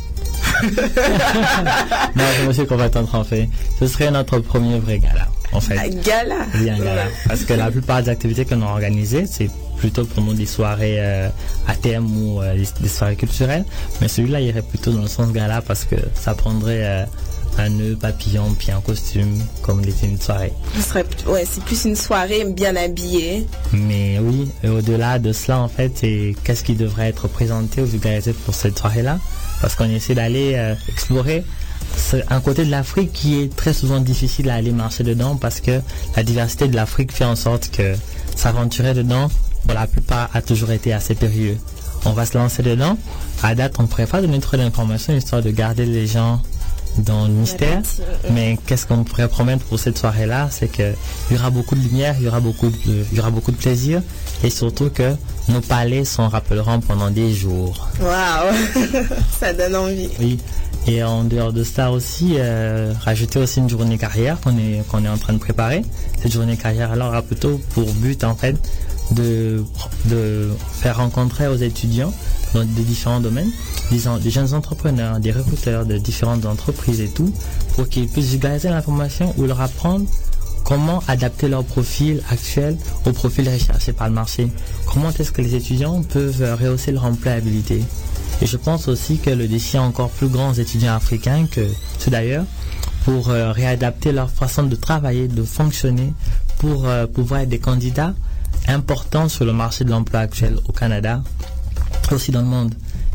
Non, c'est monsieur qu'on va attendre en fait. Ce serait notre premier vrai gala, en fait. Un gala? Oui, un gala. Parce que la plupart des activités qu'on a organisées, c'est plutôt pour nous des soirées à thème ou des soirées culturelles. Mais celui-là irait plutôt dans le sens gala, parce que ça prendrait un nœud papillon puis un costume comme les films de soirée. C'est plus une soirée bien habillée. Mais oui, et au-delà de cela, en fait, c'est qu'est-ce qui devrait être présenté ou vulgarisé pour cette soirée-là, parce qu'on essaie d'aller explorer un côté de l'Afrique qui est très souvent difficile à aller marcher dedans, parce que la diversité de l'Afrique fait en sorte que s'aventurer dedans, pour la plupart, a toujours été assez périlleux. On va se lancer dedans. À date, on ne pourrait pas donner trop d'informations, histoire de garder les gens dans le mystère. Mais qu'est-ce qu'on pourrait promettre pour cette soirée-là, c'est qu'il y aura beaucoup de lumière, il y aura beaucoup de plaisir, et surtout que nos palais s'en rappelleront pendant des jours. Waouh. Ça donne envie. Oui. Et en dehors de ça aussi, rajouter aussi une journée carrière qu'on est en train de préparer. Cette journée carrière alors a plutôt pour but en fait de faire rencontrer aux étudiants dans des différents domaines, des jeunes entrepreneurs, des recruteurs de différentes entreprises et tout, pour qu'ils puissent vulgariser l'information ou leur apprendre comment adapter leur profil actuel au profil recherché par le marché. Comment est-ce que les étudiants peuvent rehausser leur employabilité. Et je pense aussi que le défi est encore plus grand aux étudiants africains que ceux d'ailleurs, pour réadapter leur façon de travailler, de fonctionner, pour pouvoir être des candidats importants sur le marché de l'emploi actuel au Canada, aussi dans le monde.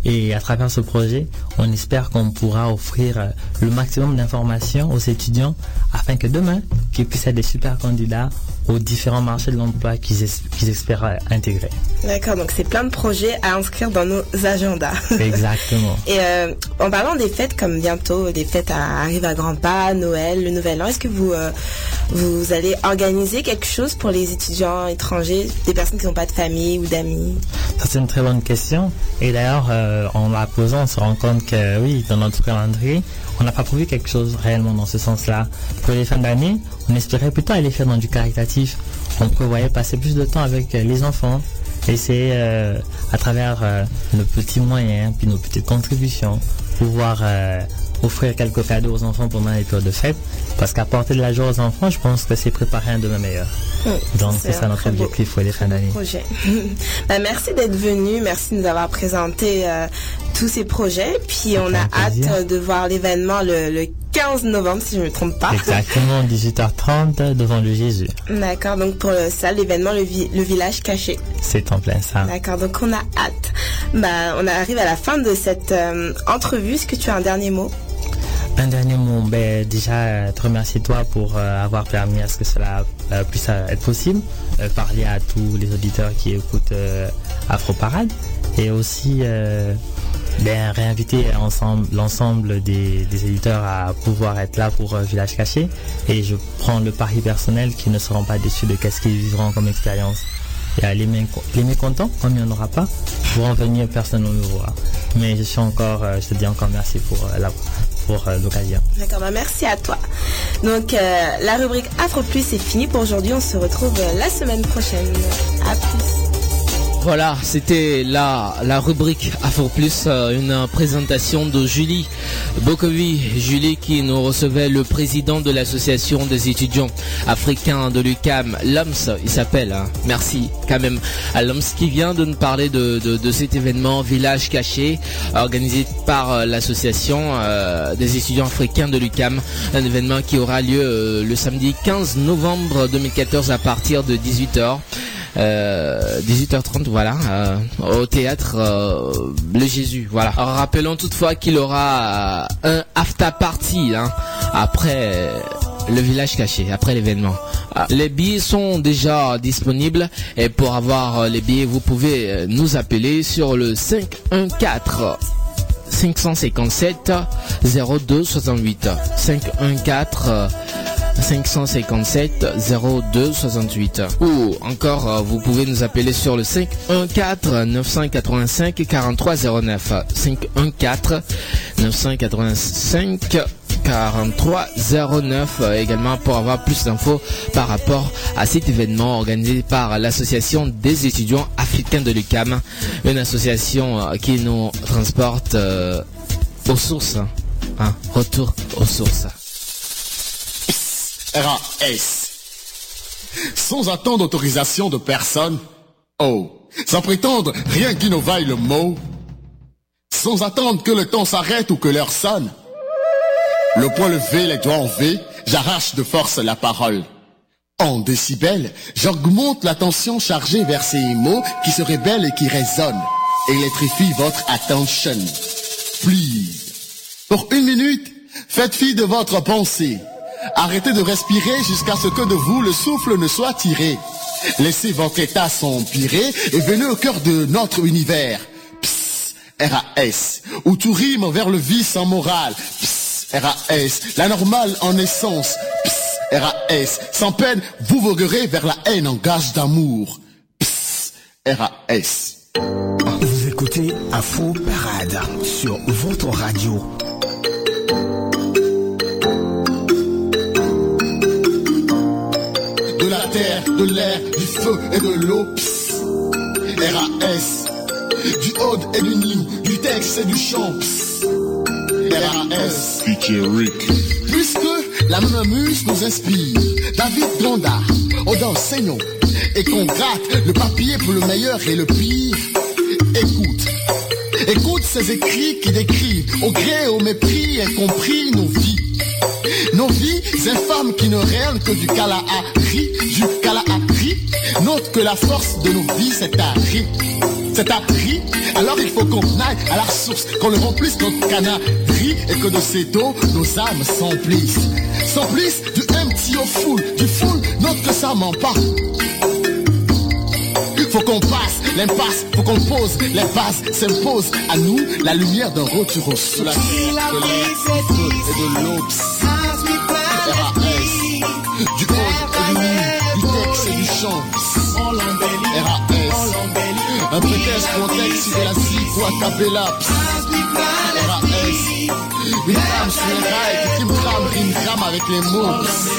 Et à travers ce projet, on espère qu'on pourra offrir le maximum d'informations aux étudiants afin que demain, qu'ils puissent être des super candidats aux différents marchés de l'emploi qu'ils espèrent intégrer. D'accord, donc c'est plein de projets à inscrire dans nos agendas. Exactement. Et en parlant des fêtes, comme bientôt les fêtes arrivent à grands pas, Noël, le Nouvel An, est-ce que vous allez organiser quelque chose pour les étudiants étrangers, des personnes qui n'ont pas de famille ou d'amis? Ça, c'est une très bonne question. Et d'ailleurs, en la posant, on se rend compte que oui, dans notre calendrier, on n'a pas prévu quelque chose réellement dans ce sens-là. Pour les fins d'année, on espérait plutôt aller faire dans du caritatif. On prévoyait passer plus de temps avec les enfants. Et c'est à travers nos petits moyens, puis nos petites contributions, pouvoir offrir quelques cadeaux aux enfants pendant les périodes de fête. Parce qu'apporter de la joie aux enfants, je pense que c'est préparer un demain meilleur. Donc c'est ça notre objectif pour les fins d'année. Merci d'être venu, merci de nous avoir présenté tous ces projets. Puis on a hâte de voir l'événement le 15 novembre, si je ne me trompe pas. Exactement, 18h30 devant le Jésus. D'accord, donc pour ça, l'événement, le village caché. C'est en plein ça. D'accord, donc on a hâte. On arrive à la fin de cette entrevue. Est-ce que tu as un dernier mot? Un dernier mot, déjà te remercier toi pour avoir permis à ce que cela puisse être possible, parler à tous les auditeurs qui écoutent Afro Parade et aussi réinviter l'ensemble des éditeurs à pouvoir être là pour Village Caché, et je prends le pari personnel qu'ils ne seront pas déçus de qu'est-ce qu'ils vivront comme expérience. Et les mécontents, comme il n'y en aura pas, pourront venir, personne ne le voit. Mais je te dis encore merci pour l'occasion. D'accord, merci à toi. Donc la rubrique Afro Plus est finie pour aujourd'hui. On se retrouve la semaine prochaine. À plus. Voilà, c'était la rubrique Afro Plus, une présentation de Julie Bokovi. Julie qui nous recevait le président de l'association des étudiants africains de l'UQAM, l'OMS, il s'appelle, merci quand même à l'OMS, qui vient de nous parler de cet événement Village Caché, organisé par l'association des étudiants africains de l'UQAM, un événement qui aura lieu le samedi 15 novembre 2014 à partir de 18h. 18h30, voilà, au théâtre Le Jésus, voilà. Alors, rappelons toutefois qu'il aura un after party après le Village Caché, après l'événement. Les billets sont déjà disponibles, et pour avoir les billets, vous pouvez nous appeler sur le 514 557 02 68 514 557 02 68, ou encore vous pouvez nous appeler sur le 514 985 43 09 514 985 43 09 également pour avoir plus d'infos par rapport à cet événement organisé par l'association des étudiants africains de l'UQAM, une association qui nous transporte aux sources, retour aux sources. RAS. Sans attendre autorisation de personne. Sans prétendre rien qui ne vaille le mot. Sans attendre que le temps s'arrête ou que l'heure sonne. Le poing levé, les doigts en V, j'arrache de force la parole. En décibels, j'augmente la tension chargée vers ces mots qui se rebellent et qui résonnent. Électrifie votre attention. Please. Pour une minute, faites fi de votre pensée. Arrêtez de respirer jusqu'à ce que de vous le souffle ne soit tiré. Laissez votre état s'empirer et venez au cœur de notre univers. Psst, RAS, où tout rime vers le vice sans morale. Psst, RAS, la normale en essence. Psst, RAS, sans peine, vous voguerez vers la haine en gage d'amour. Psst, RAS. Vous écoutez Afro Parade sur votre radio. De la terre, de l'air, du feu et de l'eau. Psst. RAS. Du ode et du new, du texte et du chant. Psst. RAS. Puisque la même muse nous inspire, David Granda, Odin Seignon, et qu'on gratte le papier pour le meilleur et le pire, écoute ces écrits qui décrivent au gré, au mépris, y compris nos vies. Nos vies infâmes qui ne règnent que du Kalahari, nos autre que la force de nos vies, c'est un riz. C'est un prix, alors il faut qu'on aille à la source, qu'on le remplisse notre canari et que de cette eau, nos âmes s'emplissent. S'emplissent du empty au full, du full, notre que ça ment pas. Faut qu'on passe l'impasse, faut qu'on pose les bases, s'impose à nous la lumière d'un retour au soleil. De l'air, du feu et de l'eau. RAS, du code et du nu, du texte et du chant. RAS, un prétexte contexte de la zigouacabella. RAS, une trame sur les rails qui me trame, rime trame avec les mots.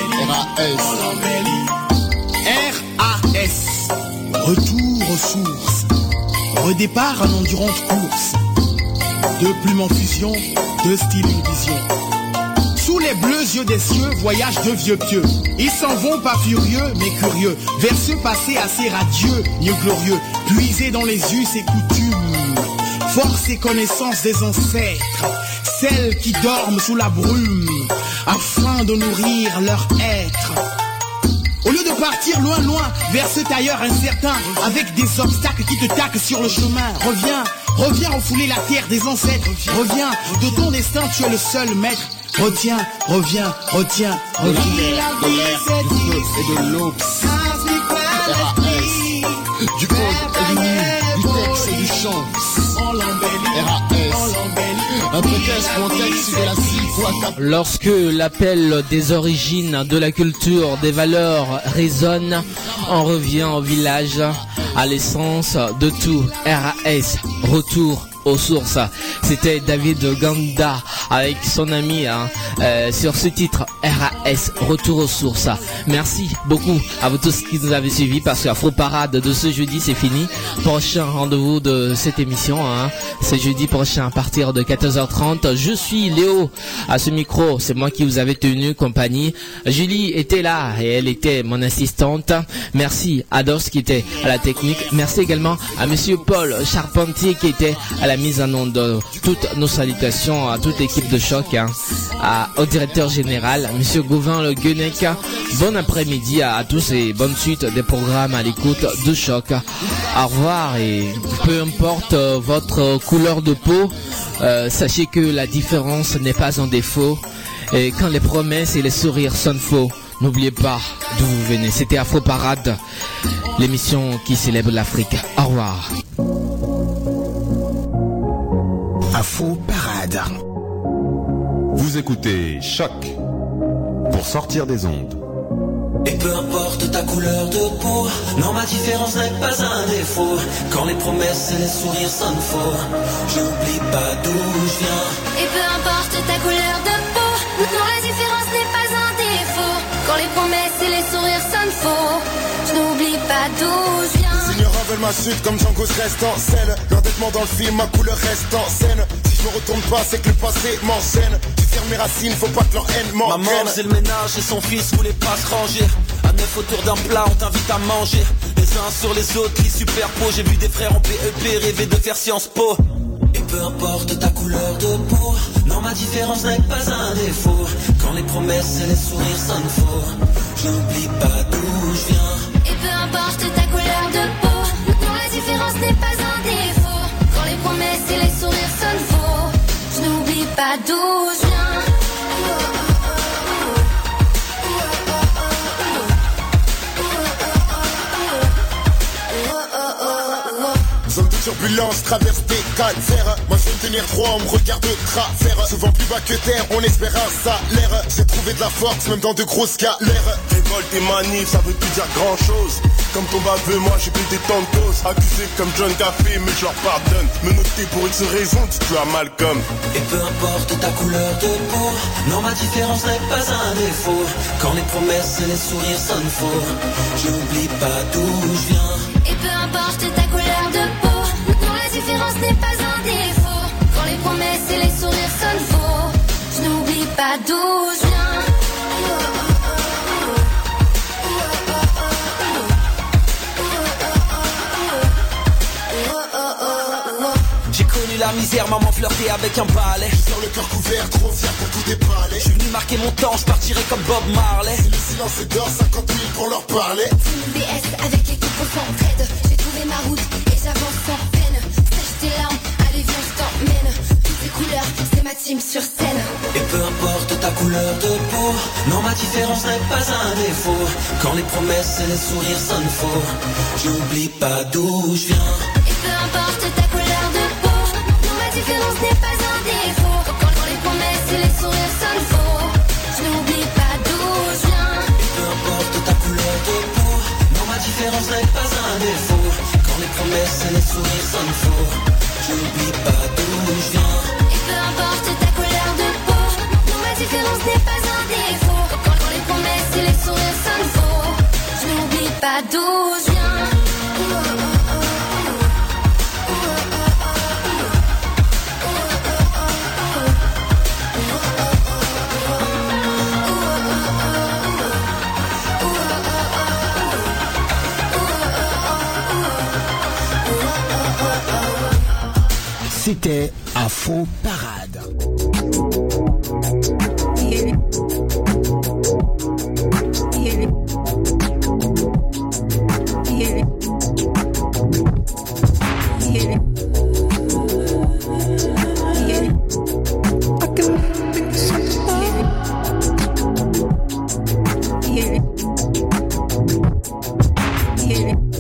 RAS, retour aux sources, redépart en endurante course, deux plumes en fusion, deux styles une vision. Sous les bleus yeux des cieux, voyage de vieux pieux. Ils s'en vont pas furieux, mais curieux, vers ce passé assez radieux, mieux glorieux, puisés dans les us et coutumes, force et connaissance des ancêtres, celles qui dorment sous la brume, afin de nourrir leur être. Au lieu de partir loin, loin, vers cet ailleurs incertain, avec des obstacles qui te taquent sur le chemin, reviens refouler la terre des ancêtres, reviens, de ton destin tu es le seul maître. Reviens. De l'air, du feu et de l'eau. RAS, du code et du nu, du texte et du chant. RAS, un prétexte contexte de la zigouacabella. Lorsque l'appel des origines, de la culture, des valeurs résonne, on revient au village, à l'essence de tout. RAS, retour aux sources. C'était David Ganda avec son ami sur ce titre RAS, retour aux sources. Merci beaucoup à vous tous qui nous avez suivis, parce que Afro Parade de ce jeudi c'est fini. Prochain rendez-vous de cette émission, c'est jeudi prochain à partir de 14h30. Je suis Léo à ce micro, c'est moi qui vous avais tenu compagnie. Julie était là et elle était mon assistante. Merci à Dos qui était à la technique. Merci également à monsieur Paul Charpentier qui était à la mise en onde. Toutes nos salutations à toute l'équipe de Choc, au directeur général, monsieur Gauvin Le Guenec. Bon après-midi à tous et bonne suite des programmes à l'écoute de Choc. Au revoir, et peu importe votre couleur de peau, sachez que la différence n'est pas un défaut. Et quand les promesses et les sourires sonnent faux, n'oubliez pas d'où vous venez. C'était Afro Parade, l'émission qui célèbre l'Afrique. Au revoir. Afro Parade. Vous écoutez Choc pour sortir des ondes. Et peu importe ta couleur de peau, non, ma différence n'est pas un défaut. Quand les promesses et les sourires sonnent faux, j'oublie pas d'où je viens. Et peu importe ta couleur de peau, non, la différence n'est pas un défaut. Quand les promesses et les sourires sonnent faux, je n'oublie pas d'où je viens. Les seigneurs veulent ma chute comme Django reste en scène. L'endettement dans le film, ma couleur reste en scène. Si je me retourne pas, c'est que le passé m'enchaîne. Mes racines, faut pas que leur haine m'entraîne. Maman faisait le ménage et son fils voulait pas se ranger. À 9 autour d'un plat, on t'invite à manger. Les uns sur les autres, qui superposent. J'ai vu des frères en PEP rêver de faire Sciences Po. Et peu importe ta couleur de peau, non, ma différence n'est pas un défaut. Quand les promesses et les sourires sonnent faux, j'oublie pas d'où je viens. Et peu importe ta couleur de peau, non, la différence n'est pas un défaut. Quand les promesses et les sourires sonnent faux, je n'oublie pas d'où je viens. Zone de turbulence, traverse des calvaires. Moi je veux tenir droit, on me regarde de travers. Souvent plus bas que terre, on espère un salaire. J'ai trouvé de la force, même dans de grosses galères. Révolte et manif, ça veut plus dire grand chose. Comme ton baveux, moi j'ai plus des temps de cause. Accusé comme John Café, mais je leur pardonne. Me noter pour X raison, dis-tu à Malcolm. Et peu importe ta couleur de peau, non, ma différence n'est pas un défaut. Quand les promesses et les sourires sonnent faux, j'oublie pas d'où je viens. Et peu importe ta couleur de peau, non, la différence n'est pas un défaut. Quand les promesses et les sourires sonnent faux, je n'oublie pas d'où je viens. J'ai connu la misère, maman flirtait avec un balai. Sur le cœur couvert, trop fier pour tout déballer. Je suis venu marquer mon temps, je partirai comme Bob Marley. Si le silence est d'or, 50 000 pour leur parler. BS avec l'équipe Et peu importe ta couleur de peau, non ma différence n'est pas un défaut. Quand les promesses et les sourires sonnent faux, j'oublie pas d'où je viens. Et peu importe ta couleur de peau, non ma différence n'est pas un défaut. Quand les promesses et les sourires sonnent faux, je n'oublie pas d'où je viens. Et peu importe ta couleur de peau, non ma différence n'est pas un défaut. Quand les promesses et les sourires sonnent faux, j'oublie pas d'où je viens. Et peu importe ta couleur de peau, non ma différence n'est pas un défaut. Quand les promesses et les sourires sonnent faux, je n'oublie pas d'où je viens. C'était Afro Parade. Yeah.